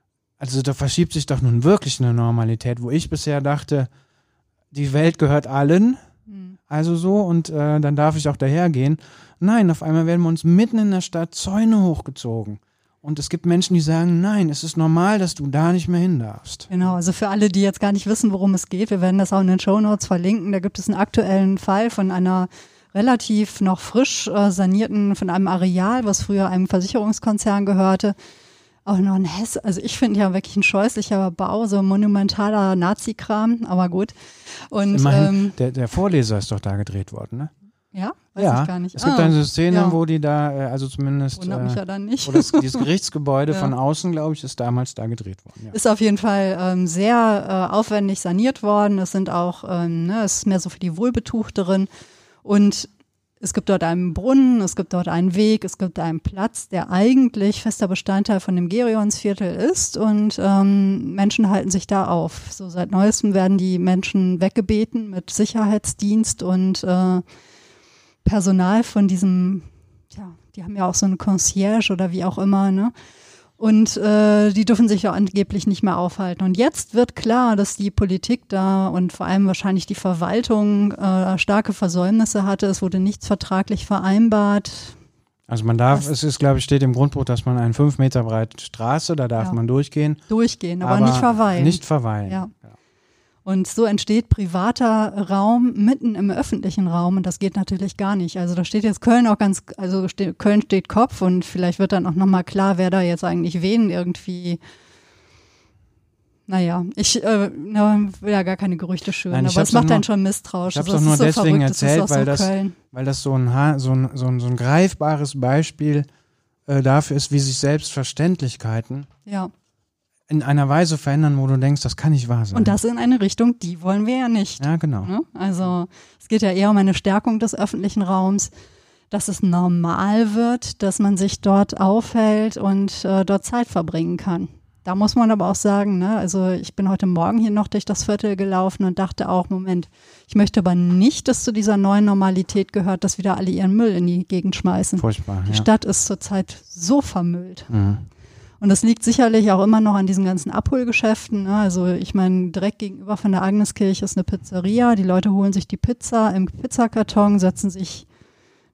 nun wirklich eine Normalität, wo ich bisher dachte, die Welt gehört allen, also so, und dann darf ich auch dahergehen. Nein, auf einmal werden wir uns mitten in der Stadt Zäune hochgezogen. Und es gibt Menschen, die sagen, nein, es ist normal, dass du da nicht mehr hin darfst. Genau, also für alle, die jetzt gar nicht wissen, worum es geht, wir werden das auch in den Shownotes verlinken. Da gibt es einen aktuellen Fall von einer relativ noch frisch sanierten, von einem Areal, was früher einem Versicherungskonzern gehörte. Auch noch ein also ich finde ja wirklich ein scheußlicher Bau, so monumentaler Nazi-Kram, aber gut. Und immerhin, der Vorleser ist doch da gedreht worden, ne? Ja? Weiß ich gar nicht. Es gibt eine Szene, wo die da, also zumindest, wundert mich ja dann nicht. wo dieses Gerichtsgebäude von außen, glaube ich, ist damals da gedreht worden. Ja. Ist auf jeden Fall sehr aufwendig saniert worden. Es sind auch, es ist mehr so für die Wohlbetuchteren. Und es gibt dort einen Brunnen, es gibt dort einen Weg, es gibt einen Platz, der eigentlich fester Bestandteil von dem Gerionsviertel ist und Menschen halten sich da auf. So seit Neuestem werden die Menschen weggebeten mit Sicherheitsdienst und Personal von diesem, die haben ja auch so eine Concierge oder wie auch immer, ne? Und die dürfen sich ja angeblich nicht mehr aufhalten. Und jetzt wird klar, dass die Politik da und vor allem wahrscheinlich die Verwaltung starke Versäumnisse hatte. Es wurde nichts vertraglich vereinbart. Also man darf, glaube ich, steht im Grundbuch, dass man eine 5 Meter breite Straße, da darf man durchgehen. Durchgehen, aber nicht verweilen. Nicht verweilen. Ja. Und so entsteht privater Raum mitten im öffentlichen Raum und das geht natürlich gar nicht. Also da steht jetzt Köln auch Köln steht Kopf und vielleicht wird dann auch nochmal klar, wer da jetzt eigentlich wen irgendwie, ich will ja gar keine Gerüchte schüren, aber es macht dann schon misstrauisch. Ich habe es doch nur deswegen erzählt, weil das so ein greifbares Beispiel dafür ist, wie sich Selbstverständlichkeiten in einer Weise verändern, wo du denkst, das kann nicht wahr sein. Und das in eine Richtung, die wollen wir ja nicht. Ja, genau. Also es geht ja eher um eine Stärkung des öffentlichen Raums, dass es normal wird, dass man sich dort aufhält und dort Zeit verbringen kann. Da muss man aber auch sagen, also ich bin heute Morgen hier noch durch das Viertel gelaufen und dachte auch, Moment, ich möchte aber nicht, dass zu dieser neuen Normalität gehört, dass wieder alle ihren Müll in die Gegend schmeißen. Furchtbar, Die Stadt ist zurzeit so vermüllt. Mhm. Und das liegt sicherlich auch immer noch an diesen ganzen Abholgeschäften. Ne? Also ich meine, direkt gegenüber von der Agneskirche ist eine Pizzeria. Die Leute holen sich die Pizza im Pizzakarton, setzen sich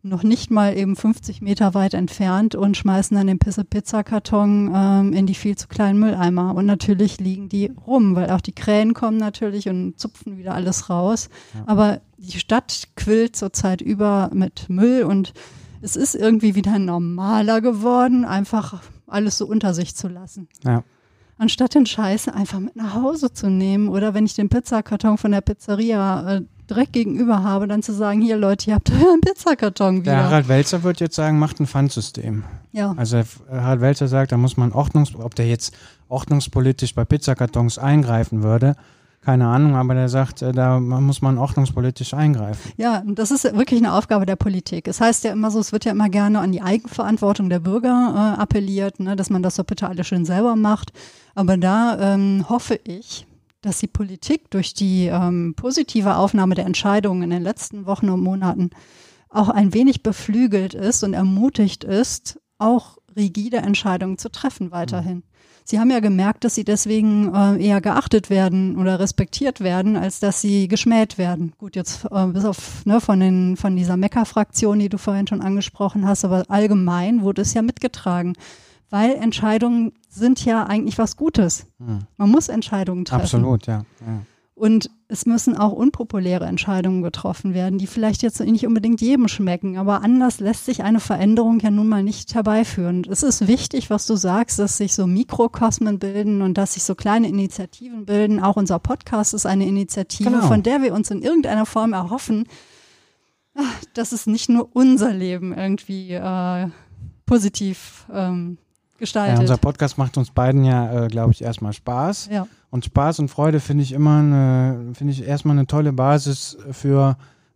noch nicht mal eben 50 Meter weit entfernt und schmeißen dann den Pizzakarton in die viel zu kleinen Mülleimer. Und natürlich liegen die rum, weil auch die Krähen kommen natürlich und zupfen wieder alles raus. Ja. Aber die Stadt quillt zurzeit über mit Müll und es ist irgendwie wieder normaler geworden, einfach alles so unter sich zu lassen. Ja. Anstatt den Scheiß einfach mit nach Hause zu nehmen oder wenn ich den Pizzakarton von der Pizzeria direkt gegenüber habe, dann zu sagen, hier Leute, ihr habt euren Pizzakarton wieder. Der Harald Welzer wird jetzt sagen, macht ein Pfandsystem. Ja. Also Harald Welzer sagt, da muss man ob der jetzt ordnungspolitisch bei Pizzakartons eingreifen würde, keine Ahnung, aber der sagt, da muss man ordnungspolitisch eingreifen. Ja, das ist wirklich eine Aufgabe der Politik. Es heißt ja immer so, es wird ja immer gerne an die Eigenverantwortung der Bürger appelliert, ne, dass man das doch bitte alle schön selber macht. Aber da hoffe ich, dass die Politik durch die positive Aufnahme der Entscheidungen in den letzten Wochen und Monaten auch ein wenig beflügelt ist und ermutigt ist, auch rigide Entscheidungen zu treffen weiterhin. Sie haben ja gemerkt, dass sie deswegen eher geachtet werden oder respektiert werden, als dass sie geschmäht werden. Gut, jetzt bis auf von dieser Mekka-Fraktion, die du vorhin schon angesprochen hast, aber allgemein wurde es ja mitgetragen, weil Entscheidungen sind ja eigentlich was Gutes. Man muss Entscheidungen treffen. Absolut, ja. Und es müssen auch unpopuläre Entscheidungen getroffen werden, die vielleicht jetzt nicht unbedingt jedem schmecken, aber anders lässt sich eine Veränderung ja nun mal nicht herbeiführen. Es ist wichtig, was du sagst, dass sich so Mikrokosmen bilden und dass sich so kleine Initiativen bilden. Auch unser Podcast ist eine Initiative, genau, von der wir uns in irgendeiner Form erhoffen, dass es nicht nur unser Leben irgendwie positiv gestaltet. Ja, unser Podcast macht uns beiden ja, glaube ich, erstmal Spaß. Ja. Und Spaß und Freude finde ich erstmal eine tolle Basis für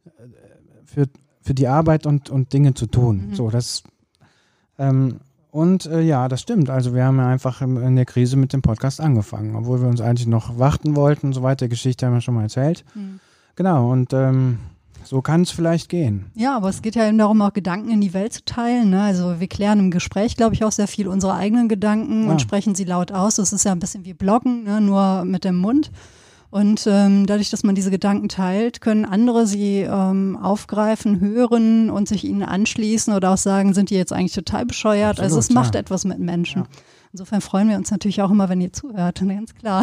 die Arbeit und Dinge zu tun. So, das ja, das stimmt. Also wir haben ja einfach in der Krise mit dem Podcast angefangen, obwohl wir uns eigentlich noch warten wollten und so weiter. Geschichte haben wir schon mal erzählt. Genau, und so kann es vielleicht gehen. Ja, aber es geht ja eben darum, auch Gedanken in die Welt zu teilen. Ne? Also wir klären im Gespräch, glaube ich, auch sehr viel unsere eigenen Gedanken und sprechen sie laut aus. Das ist ja ein bisschen wie Bloggen, ne? Nur mit dem Mund. Und dadurch, dass man diese Gedanken teilt, können andere sie aufgreifen, hören und sich ihnen anschließen oder auch sagen, sind die jetzt eigentlich total bescheuert? Absolut, also es macht etwas mit Menschen. Ja. Insofern freuen wir uns natürlich auch immer, wenn ihr zuhört, ganz klar.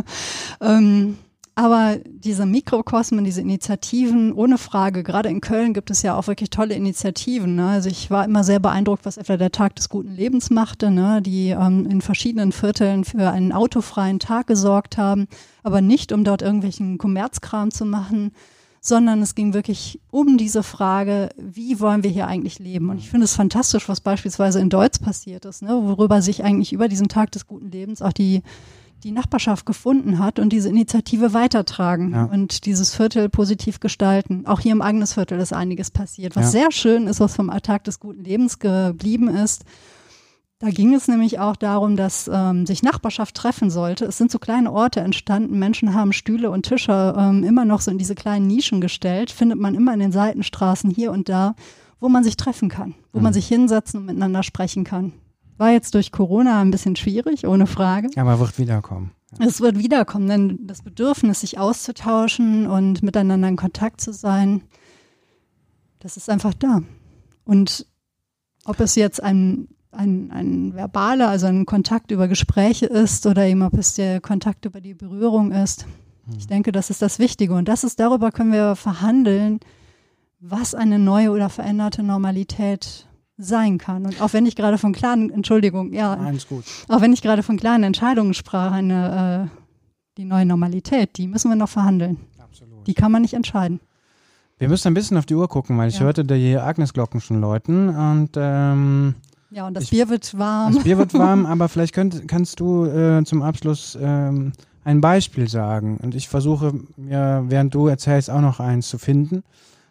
Aber diese Mikrokosmen, diese Initiativen, ohne Frage, gerade in Köln gibt es ja auch wirklich tolle Initiativen. Ne? Also ich war immer sehr beeindruckt, was etwa der Tag des guten Lebens machte, ne? Die in verschiedenen Vierteln für einen autofreien Tag gesorgt haben, aber nicht, um dort irgendwelchen Kommerzkram zu machen, sondern es ging wirklich um diese Frage, wie wollen wir hier eigentlich leben? Und ich finde es fantastisch, was beispielsweise in Deutz passiert ist, ne? Worüber sich eigentlich über diesen Tag des guten Lebens auch die Nachbarschaft gefunden hat und diese Initiative weitertragen und dieses Viertel positiv gestalten. Auch hier im Agnesviertel ist einiges passiert. Was sehr schön ist, was vom Tag des guten Lebens geblieben ist. Da ging es nämlich auch darum, dass sich Nachbarschaft treffen sollte. Es sind so kleine Orte entstanden. Menschen haben Stühle und Tische immer noch so in diese kleinen Nischen gestellt. Findet man immer in den Seitenstraßen hier und da, wo man sich treffen kann, wo man sich hinsetzen und miteinander sprechen kann. War jetzt durch Corona ein bisschen schwierig, ohne Frage. Aber wird wiederkommen. Ja. Es wird wiederkommen, denn das Bedürfnis, sich auszutauschen und miteinander in Kontakt zu sein, das ist einfach da. Und ob es jetzt ein verbaler, also ein Kontakt über Gespräche ist oder eben ob es der Kontakt über die Berührung ist, ich denke, das ist das Wichtige. Und darüber können wir verhandeln, was eine neue oder veränderte Normalität sein kann. Und auch wenn ich gerade von klaren, auch wenn ich gerade von klaren Entscheidungen sprach, die neue Normalität, die müssen wir noch verhandeln. Absolut. Die kann man nicht entscheiden. Wir müssen ein bisschen auf die Uhr gucken, weil ich hörte da hier Agnesglocken schon läuten und und das Bier wird warm. Das Bier wird warm, aber vielleicht kannst du zum Abschluss ein Beispiel sagen und ich versuche mir, während du erzählst, auch noch eins zu finden.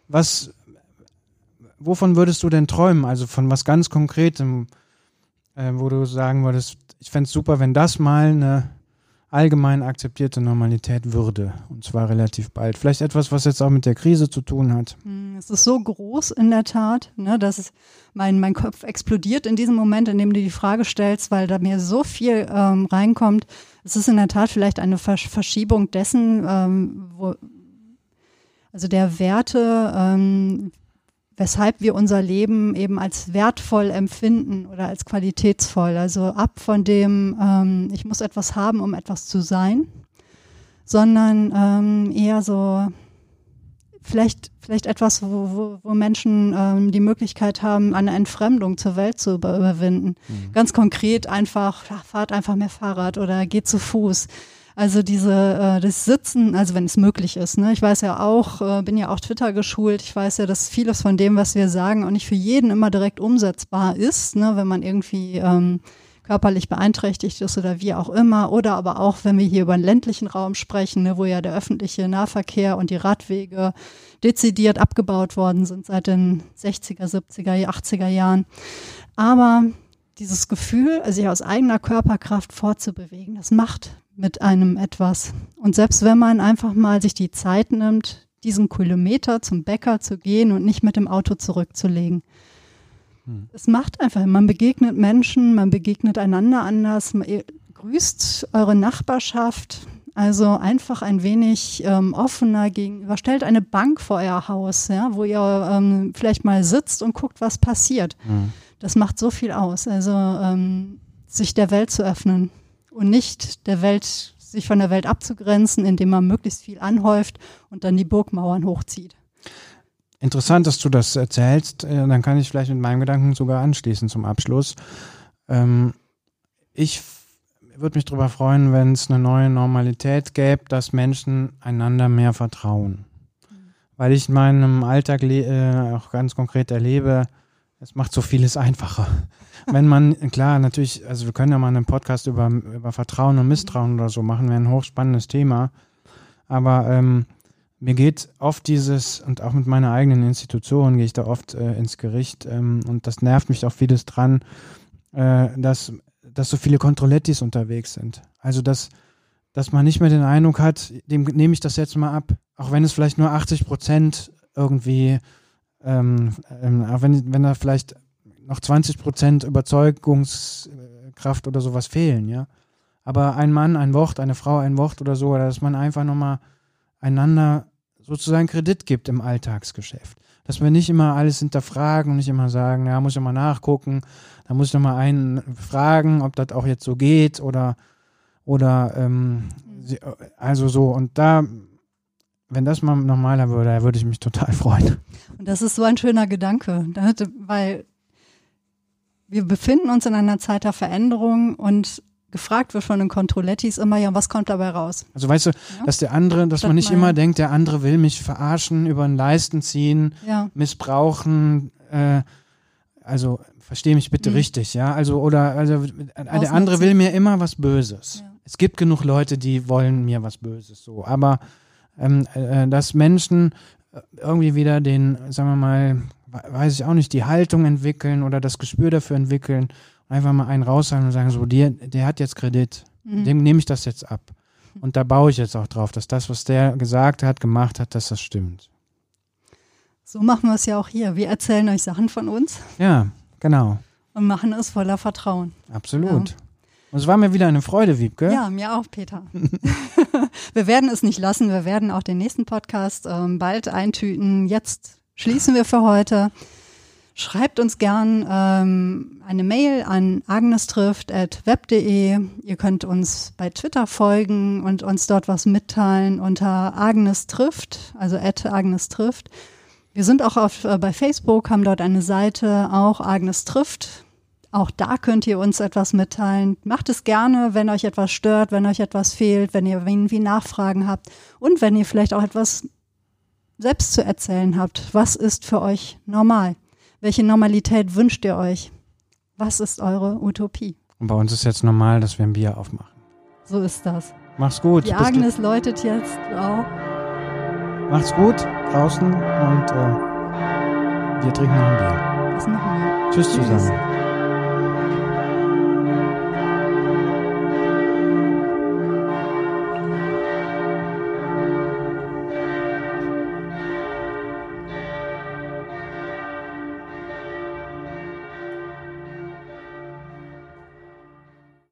Wovon würdest du denn träumen? Also von was ganz Konkretem, wo du sagen würdest, ich fände es super, wenn das mal eine allgemein akzeptierte Normalität würde. Und zwar relativ bald. Vielleicht etwas, was jetzt auch mit der Krise zu tun hat. Es ist so groß in der Tat, ne, dass mein Kopf explodiert in diesem Moment, in dem du die Frage stellst, weil da mir so viel reinkommt. Es ist in der Tat vielleicht eine Verschiebung dessen, also der Werte, weshalb wir unser Leben eben als wertvoll empfinden oder als qualitätsvoll. Also ab von dem, ich muss etwas haben, um etwas zu sein, sondern eher so vielleicht etwas, wo Menschen die Möglichkeit haben, eine Entfremdung zur Welt zu überwinden. Ganz konkret einfach, fahrt einfach mehr Fahrrad oder geht zu Fuß. Also das Sitzen, also wenn es möglich ist. Ne? Ich weiß ja auch, bin ja auch Twitter geschult, ich weiß ja, dass vieles von dem, was wir sagen, auch nicht für jeden immer direkt umsetzbar ist, ne? Wenn man irgendwie körperlich beeinträchtigt ist oder wie auch immer. Oder aber auch, wenn wir hier über den ländlichen Raum sprechen, ne, wo ja der öffentliche Nahverkehr und die Radwege dezidiert abgebaut worden sind seit den 60er, 70er, 80er Jahren. Aber dieses Gefühl, sich aus eigener Körperkraft fortzubewegen, das macht mit einem etwas. Und selbst wenn man einfach mal sich die Zeit nimmt, diesen Kilometer zum Bäcker zu gehen und nicht mit dem Auto zurückzulegen. Es macht einfach, man begegnet Menschen, man begegnet einander anders, man grüßt eure Nachbarschaft, also einfach ein wenig offener gegenüber. Stellt eine Bank vor euer Haus, ja, wo ihr vielleicht mal sitzt und guckt, was passiert. Das macht so viel aus, also sich der Welt zu öffnen und nicht sich von der Welt abzugrenzen, indem man möglichst viel anhäuft und dann die Burgmauern hochzieht. Interessant, dass du das erzählst. Dann kann ich vielleicht mit meinem Gedanken sogar anschließen zum Abschluss. Ich würde mich darüber freuen, wenn es eine neue Normalität gäbe, dass Menschen einander mehr vertrauen. Weil ich in meinem Alltag auch ganz konkret erlebe, es macht so vieles einfacher. Wenn man, klar, natürlich, also wir können ja mal einen Podcast über Vertrauen und Misstrauen oder so machen, wäre ein hochspannendes Thema. Aber mir geht oft und auch mit meiner eigenen Institution gehe ich da oft ins Gericht und das nervt mich auch vieles dran, dass so viele Controlettis unterwegs sind. Also dass man nicht mehr den Eindruck hat, dem nehme ich das jetzt mal ab, auch wenn es vielleicht nur 80% irgendwie, auch wenn da vielleicht noch 20% Überzeugungskraft oder sowas fehlen, ja. Aber ein Mann, ein Wort, eine Frau, ein Wort oder so, oder dass man einfach nochmal einander sozusagen Kredit gibt im Alltagsgeschäft. Dass wir nicht immer alles hinterfragen und nicht immer sagen, ja, muss ich mal nachgucken, da muss ich noch mal einen fragen, ob das auch jetzt so geht oder also so. Und da, wenn das mal normaler würde, würde ich mich total freuen. Und das ist so ein schöner Gedanke, weil wir befinden uns in einer Zeit der Veränderung und gefragt wird von den Controlettis immer, ja, was kommt dabei raus? Also weißt du, ja? dass man nicht immer denkt, der andere will mich verarschen, über den Leisten ziehen, missbrauchen, also verstehe mich bitte richtig, ja, der andere will mir immer was Böses. Ja. Es gibt genug Leute, die wollen mir was Böses, so, aber dass Menschen irgendwie wieder sagen wir mal, weiß ich auch nicht, die Haltung entwickeln oder das Gespür dafür entwickeln, einfach mal einen raushauen und sagen, so, der hat jetzt Kredit, dem nehme ich das jetzt ab. Und da baue ich jetzt auch drauf, dass das, was der gesagt hat, gemacht hat, dass das stimmt. So machen wir es ja auch hier. Wir erzählen euch Sachen von uns. Ja, genau. Und machen es voller Vertrauen. Absolut. Ja. Und es war mir wieder eine Freude, Wiebke. Ja, mir auch, Peter. Wir werden es nicht lassen. Wir werden auch den nächsten Podcast bald eintüten. Jetzt schließen wir für heute. Schreibt uns gern eine Mail an agnestrifft@web.de. Ihr könnt uns bei Twitter folgen und uns dort was mitteilen unter agnestrifft, also @agnestrifft. Wir sind auch bei Facebook, haben dort eine Seite, auch Agnes trifft. Auch da könnt ihr uns etwas mitteilen. Macht es gerne, wenn euch etwas stört, wenn euch etwas fehlt, wenn ihr irgendwie Nachfragen habt und wenn ihr vielleicht auch etwas selbst zu erzählen habt. Was ist für euch normal? Welche Normalität wünscht ihr euch? Was ist eure Utopie? Und bei uns ist jetzt normal, dass wir ein Bier aufmachen. So ist das. Mach's gut. Die Agnes läutet jetzt auch. Macht's gut draußen und wir trinken noch ein Bier. Was machen wir? Tschüss zusammen.